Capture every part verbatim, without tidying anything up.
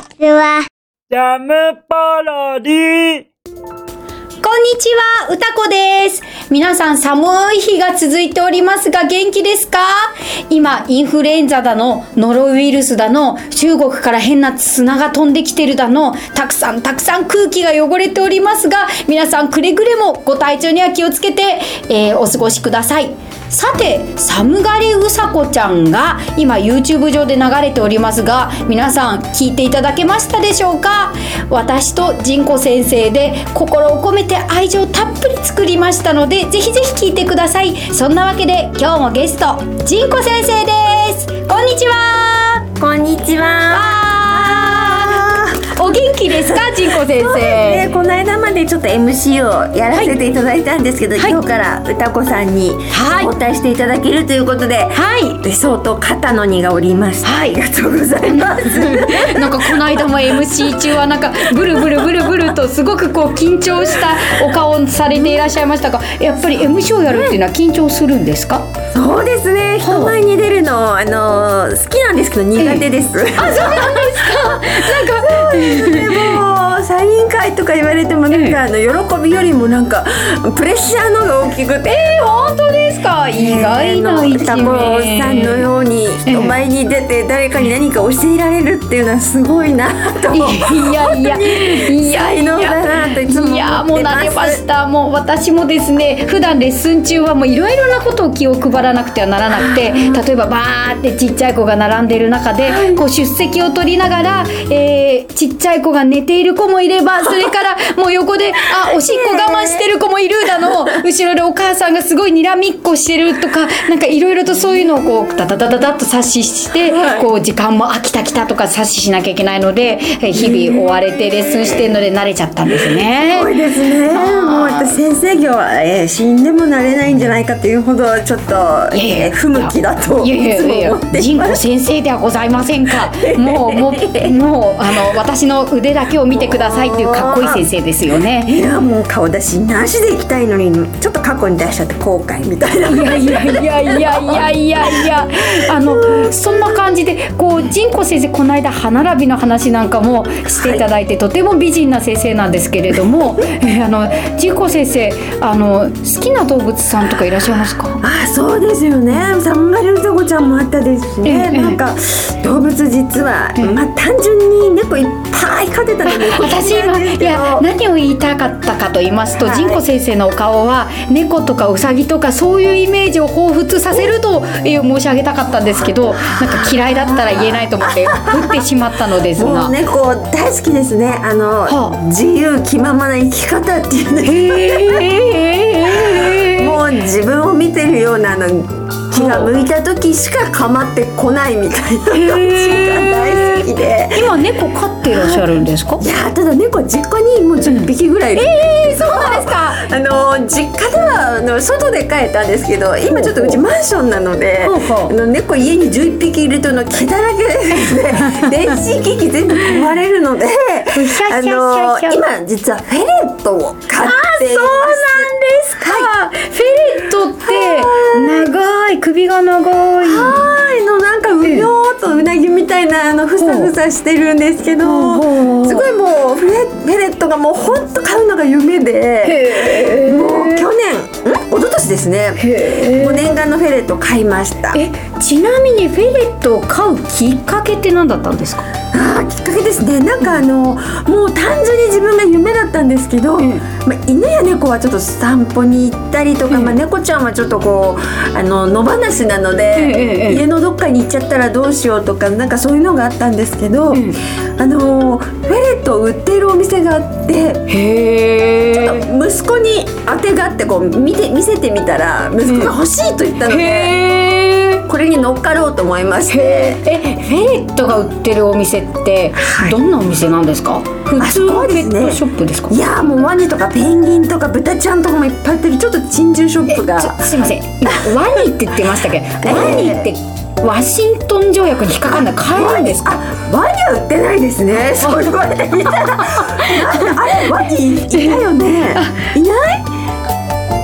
ちは。 ジャムパロディ。 こんにちは、うたこです。皆さん寒い日が続いておりますが元気ですか？今インフルエンザだの、ノロウイルスだの、中国から変な砂が飛んできてるだの、たくさんたくさん空気が汚れておりますが、皆さんくれぐれもご体調には気をつけて、えー、お過ごしください。さて、寒がりうさこちゃんが今 YouTube 上で流れておりますが、皆さん聞いていただけましたでしょうか？私とジンコ先生で心を込めて愛情たっぷり作りましたので、ぜひぜひ聞いてください。そんなわけで今日もゲストジンコ先生です。こんにちは。 こんにちは。 お元気ですか、ジンコ先生？ そうですね、この間までちょっと エムシー をやらせていただいたんですけど、はい、今日からうたこさんに交代していただけるということで、はい、相当肩の荷が下りました、はい、ありがとうございますなんかこの間も エムシー 中はなんかブルブルブルブルとすごくこう緊張したお顔をされていらっしゃいましたが、やっぱり エムシー をやるっていうのは緊張するんですか？ そうですね、人前に出るの、あの好きなんですけど苦手です、ええ、 あ、そうなんですか。なんかそうですね、もうサイン会とか言われてもなんかあの喜びよりもなんかプレッシャーの方が大きくて、 えー、本当ですか？意外な一面。 うたこさんのように人前に出て誰かに何か教えられるっていうのはすごいなと思って、 いやいやいや才能だなといつも思ってます。 いやもう慣れました。もう私もですね、普段レッスン中はもういろいろなことを気を配らなくてはならなくて、例えばバーってちっちゃい子が並んでる中で、はい、こう出席を取りながら、えー、ちっちゃい子が寝ている子もいれば、それからもう横であおしっこ我慢してる子もいるだの、後ろでお母さんがすごいにらみっこしてるとか、なんかいろいろとそういうのをこうダダダダダッと察知して、はい、こう時間もあ来た来たとか察知しなきゃいけないので、日々追われてレッスンしてるので慣れちゃったんですね。 すごいですね。もう私先生業は、えー、死んでもなれないんじゃないかというほどちょっと、えー、不向きだといつも思っています。 ジンコ先生ではございませんか。もうもうもうあの私の腕だけを見てくださいっていうかっこいい先生ですよね。 いやもう顔出しなしでいきたいのにちょっと過去に出しちゃって後悔みたいな。 いやいやいやいやいやいやいやあのそんな感じでこうジンコ先生この間歯並びの話なんかもしていただいて、はい、とても美人な先生なんですけれどもえあのジンコ先生あの好きな動物さんとかいらっしゃいますか？ あ、そうですよね。寒がりうさこちゃんもあったですしね、ええ、なんか動物実は、ええ、まあ単純に猫いっぱい飼ってたので私今いや何を言いたかったかと言いますと、はい、ジンコ先生のお顔は猫とかウサギとかそういうイメージを彷彿させると申し上げたかったんですけど、なんか嫌いだったら言えないと思って振ってしまったのですが、 もう猫大好きですね。あの、はあ、自由気ままな生き方っていうねもう自分を見てるようなあの気が向いた時しか構ってこないみたいな感じが大好きで。 今猫飼っていらっしゃるんですか？ いやただ猫実家にもうじゅっぴきぐらいいる、うん、 えー、そうなんですか。 あの実家ではあの外で飼えたんですけど、今ちょっとうちマンションなので、ほうほう、あの猫家にじゅういっぴきいるとの毛だらけですね電子機器全部壊れるのであの今実はフェレットを飼っています。あ、そうなんですか、はい、フェレットって長い首が長い、 はいのなんかうひょーっとうなぎみたいなあのふさふさしてるんですけど、すごいもうフレ、フェレットがもうほんと飼うのが夢で、もう去年ん一昨年ですね、もう念願のフェレット買いました。 えちなみにフェレットを飼うきっかけって何だったんですか？ あきっかけですね、なんかあのもう単純に自分が夢だったんですけど、うん、まあ、犬や猫はちょっと散歩に行ったりとか、うん、まあ、猫ちゃんはちょっとこうあの野放しなので、うん、家のどっかに行っちゃったらどうしようとかなんかそういうのがあったんですけど、うん、あのフェレットを売っているお店があって、へちょっと息子に当てがあってこう見て見せてみたら息子が欲しいと言ったので、へこれに乗っかろうと思いまして。 えフェレットが売ってるお店ってどんなお店なんですか？はい、普通のペットショップですか？ いやもうワニとかペンギンとか豚ちゃんとかもいっぱい売ってるちょっと珍獣ショップが。 すいません、ワニって言ってましたけど、えー、ワニってワシントン条約に引っかかるのは買えるんですか？ あ、ワニは売ってないですね。そう言われてみたらあれワニいないよね。いない？カメ？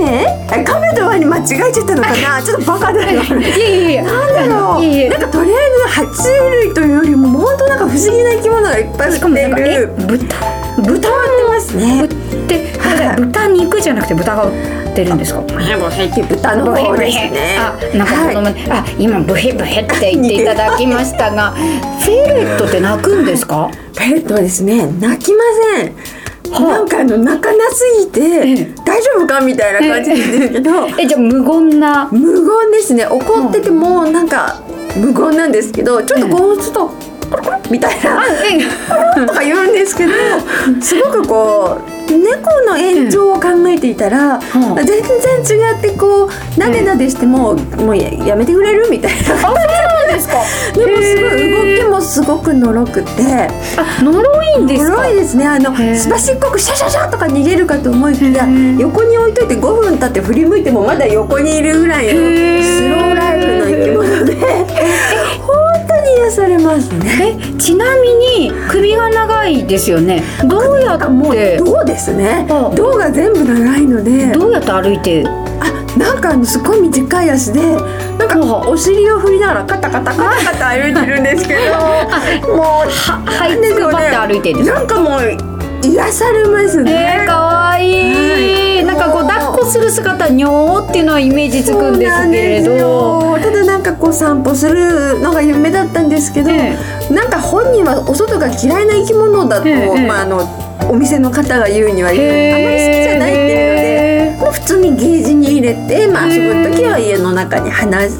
ねえ亀とワニ間違えちゃったのかなちょっとバカだよいやいやいやなんだろういやいやなんかとりあえず爬虫類というよりも本当なんか不思議な生き物がいっぱい売ってしかもなんかえる豚豚売ってますね売って豚肉じゃなくて豚が売ってるんですか？ 豚の方ですねあ、なんかこの、はい、あ、今ブヘブヘって言っていただきましたがフェレットって鳴くんですか？ フェレットはですね鳴きません。なんかあの泣かなすぎて、ええ、大丈夫かみたいな感じですけどえじゃあ無言な無言ですね。怒っててもなんか無言なんですけどちょっとこうちょっとみたいなとか言うんですけどすごくこう猫の延長を考えていたら、うん、全然違ってこうなでなでしても、うん、もう や, やめてくれるみたいな。 あ、そうなんですか。 でもすごい動きもすごくのろくて、 あ、のろいんですか。 のろいですね。あのすばしっこくシャシャシャとか逃げるかと思いきや横に置いといてごふん経って振り向いてもまだ横にいるぐらいのスローライフの生き物で本当に癒されますね。 え、ちなみに首が長いですよね。どうやってもう胴ですね。胴が全部長いのでどうやって歩いてあ、なんかあのすごい短い足でなんかお尻を振りながらカタカタカタカタ歩いてるんですけどもうははいつくばって歩いてるんですか。 なんかもう癒されますね。 えー、かわいい、はい、なんかこう抱っこする姿にょーっていうのはイメージつくんですけれど、 ただなんかこう散歩するのが夢だったんですけど、えー、なんか本人はお外が嫌いな生き物だと、えー、まああのお店の方が言うには、あまり好きじゃないっていうので、もう普通にゲージに入れて、まあ、遊ぶ時は家の中に放して、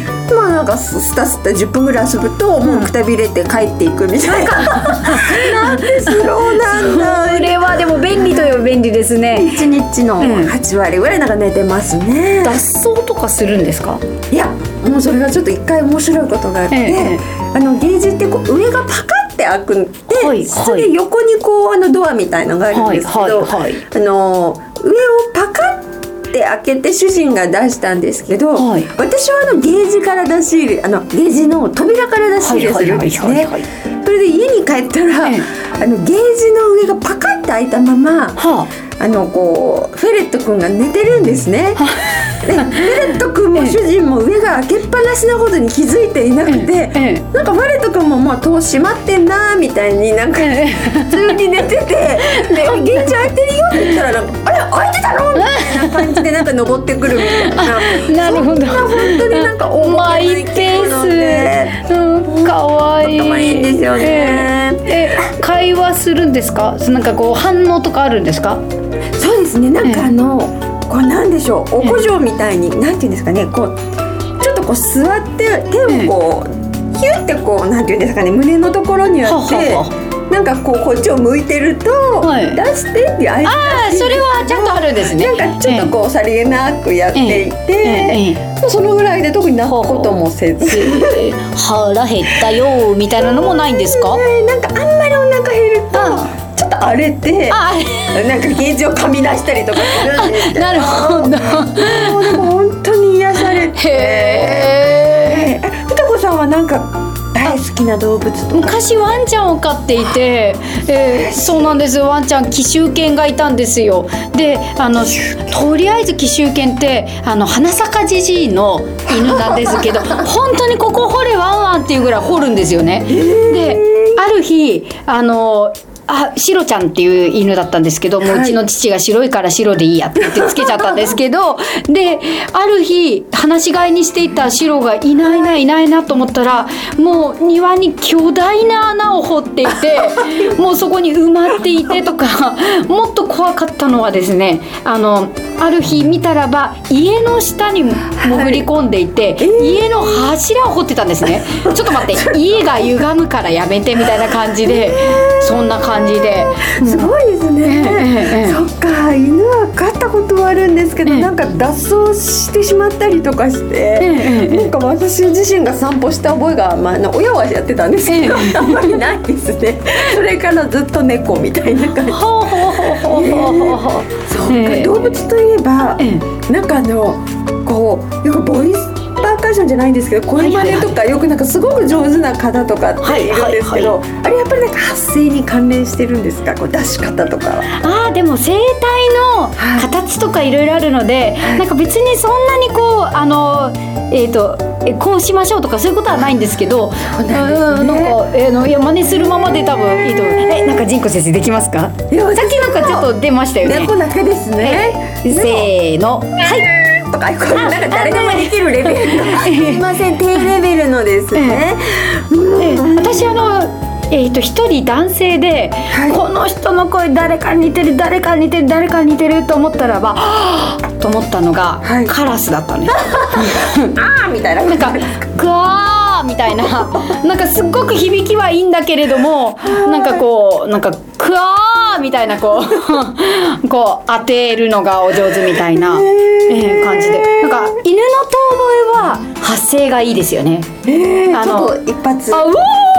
まあなんかスタスタじゅっぷんぐらい遊ぶともうくたびれて帰っていくみたいな、なんでスローなんだ。 それはでも便利といえば便利ですね。 いちにちのはちわりぐらいなんか寝てますね。 脱走とかするんですか？ いや、もうそれがちょっと一回面白いことがあって、ええ、あのゲージってこう上がパカッて開くんで、はい、それで横にこうあのドアみたいのがあるんですけど、はいはいはい、あの上をパカッて開けて主人が出したんですけど、はい、私はあのゲージから出し入れあのゲージの扉から出し入れするんですね。それで家に帰ったら、ええ、あのゲージの上がパカッて開いたまま、はあ、あのこうフェレットくんが寝てるんですね。でフェレットくんも主人も上が開けっぱなしなことに気づいていなくて、ええ、なんかフェレットくんもまあ戸閉まってんなみたいになんか、ええ、普通に寝ててで「ゲージ開いてるよ」って言ったらなんか「あれ開いてたの?」みたいな感じでなんか登ってくるみたいな。 なるほど。 そんな本当になんか重マイペース、うん、かわいい。 とってもいいんですよね。 ええ、会話するんですか？なんかこう反応とかあるんですか？ そうですね。なんかあの、ええ、これなんでしょう、おこじょうみたいに、なんていうんですかね、こうちょっとこう座って手をこう、ええ、ヒュッてこうなんていうんですかね、胸のところにあって。はははなんかこうこっちを向いてると、はい、出してって合図。 ああ、それはちゃんとあるんですね。 なんかちょっとこうさりげなくやっていて、ええええ、そのぐらいで特に泣くこともせず、 えー、腹減ったよみたいなのもないんですか？ えー、なんかあんまりお腹減るとちょっと荒れて、なんかゲージを噛み出したりとかするんですけど。 なるほど。 もうでも本当に癒されて。へー。ふたこさんはなんか大好きな動物とか。 昔ワンちゃんを飼っていて、えー、そうなんですよ。ワンちゃん奇襲犬がいたんですよ。で、あのとりあえず奇襲犬ってあの花咲かじじいの犬なんですけど本当にここ掘れワンワンっていうぐらい掘るんですよね。で、ある日あのあ、シロちゃんっていう犬だったんですけど、もううちの父が白いから白でいいやって言ってつけちゃったんですけどで、ある日放し飼いにしていたシロがいないないないなと思ったら、もう庭に巨大な穴を掘っていてもうそこに埋まっていてとか、もっと怖かったのはですね、あのある日見たらば家の下に潜り込んでいて、はい、家の柱を掘ってたんですね。ちょっと待って、家が歪むからやめてみたいな感じで、そんな感じですごいですね。ええええ、そっか、犬は飼ったことはあるんですけど、ええ、なんか脱走してしまったりとかして、ええ、なんか私自身が散歩した覚えが、まあ、親はやってたんですけど、ええ、あんまりないですね。それからずっと猫みたいな感じ。ほうほうほうほうほうほう。そうか、ええ、動物といえば、ええ、なんかあのこうよくボイスパーカーションじゃないんですけど、声真似とかよくなんかすごく上手な方とかっているんですけど、あれやっぱりなんか発声に関連してるんですか、こう出し方とかは。 ああでも声帯の形とかいろいろあるので、はい、なんか別にそんなにこうあのえっ、ー、とえこうしましょうとかそういうことはないんですけど、 そうなんですね。 なんか、えー、のいや真似するままで多分いいと思う。えなんかジンコ先生できますか？ いやさっきなんかちょっと出ましたよね。 猫だけですね。 せーのはいとかこれなんか誰でもできるレベルのすいません低レベルのですね。 えーうん、私あのえー、と一人男性で、はい、この人の声誰かに似てる誰かに似てる誰かに似てると思ったらばはぁと思ったのが、はい、カラスだったんですあーみたいななんかグワーみたいななんかすっごく響きはいいんだけれどもなんかこうなんかクワーみたいなこうこう当てるのがお上手みたいな、えー、感じでなんか犬の遠吠えは発声がいいですよね。 えー、あのちょっと一発あうおー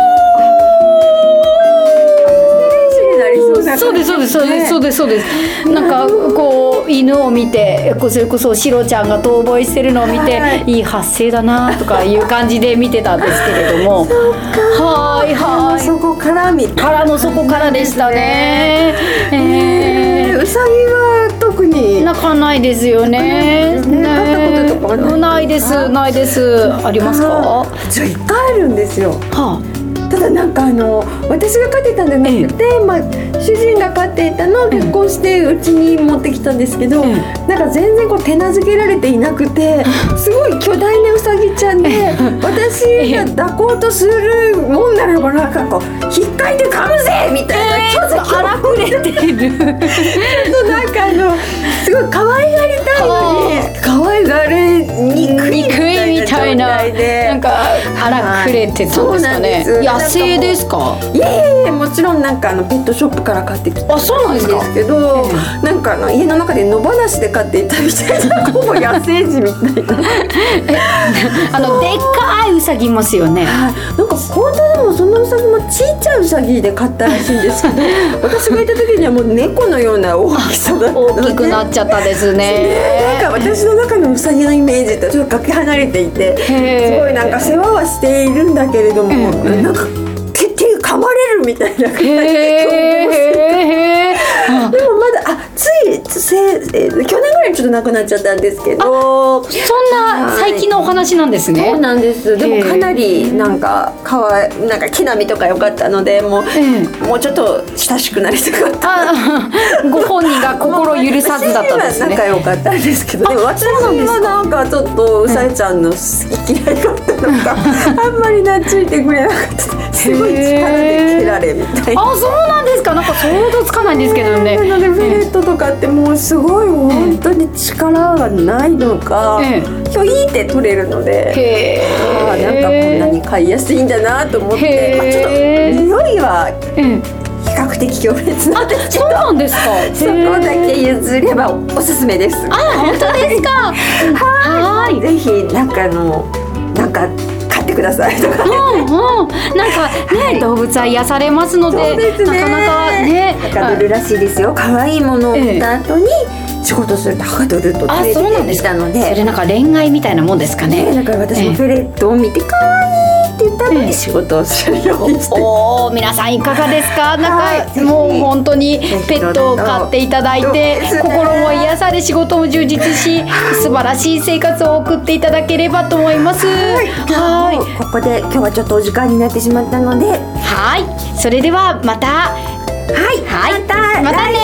そうですそうですそうですそうですそうですなんかこう犬を見てそれこそシロちゃんが遠吠えしてるのを見て、はい、いい発声だなとかいう感じで見てたんですけれどもはいはいそこから見た腹の底からでしたね。 えー、うさぎは特に泣かないですよね。 ね飼ったこととかはないないですないですありますか？ じゃあいっかいあるんですよ。 はあただなんかあの私が飼ってたんじゃなくて、ええまあ、主人が飼っていたのを結婚してうちに持ってきたんですけど、ええ、なんか全然こう手なずけられていなくてすごい巨大なうさぎちゃんで、え、私が抱こうとするもんならばなんかこう引っかいて噛むぜみたいな、 えー、ちょっと荒くれてるちょっとなんかあのすごい可愛がりたいのに可愛がれにくいみたいな状態でなんか荒くれてたんですかね。野生ですか？ いやいやいやもちろんなんかあのペットショップから買ってきたあそうなんですかけど、えー、なんかあの家の中で野放しで飼っていたみたいなほぼ野生児みたいなあのでっかいうさぎいますよね。 なんか本当でもそのうさぎもちっちゃいうさぎで飼ったらしいんですけど私がいた時にはもう猫のような大きさだったので大きくなっちゃったですね。 なんか私の中のうさぎのイメージとちょっとかけ離れていてすごいなんか世話はしているんだけれどもなんか手噛まれるみたいな感じででもまだあついせ、えー、去年ぐらいにちょっと亡くなっちゃったんですけどそんな最近のお話なんですね。 そうなんです。でもかなりなんかかわいなんか木並みとか良かったのでもう、もうちょっと親しくなりたかったご本人が心許さずだったんですね。 仲良かったんですけどでも私はなんかちょっとうさえちゃんの好き嫌いがあったのかあんまり懐いてくれなかったすごい力で蹴られみたいな。 あそうなんですか。なんか想像つかないんですけどね。 なのでフェレットとかってもうすごい本当に力がないのか、ええ、ひょいって取れるのでへあなんかこんなに飼いやすいんだなと思って、まあ、ちょっと匂いは比較的強烈なんですけど、 そうなんですか。 そこだけ譲ればおすすめです。 あ本当ですかはいぜひなんかあのなんか買ってくださいとか、ね、 うんうん、なんかね、はい、動物は癒されますの で, そうです、ね、 なかなかねはかどるらしいですよ。可愛いものを見た後に仕事するとはかどると連れてきたので、 それなんか恋愛みたいなもんですかね。 だから私もフェレットを見て可愛いって言ったのに仕事をするようにして、 おお皆さんいかがですか。なんか、はい、もう本当にペットを飼っていただいて、ね、心も癒され仕事も充実し素晴らしい生活を送っていただければと思います。はいはいここで今日はちょっとお時間になってしまったので、 はいそれではまたはいはいまたまたね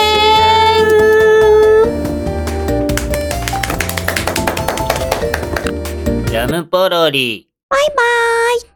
ジャムポロリ。 バイバイ。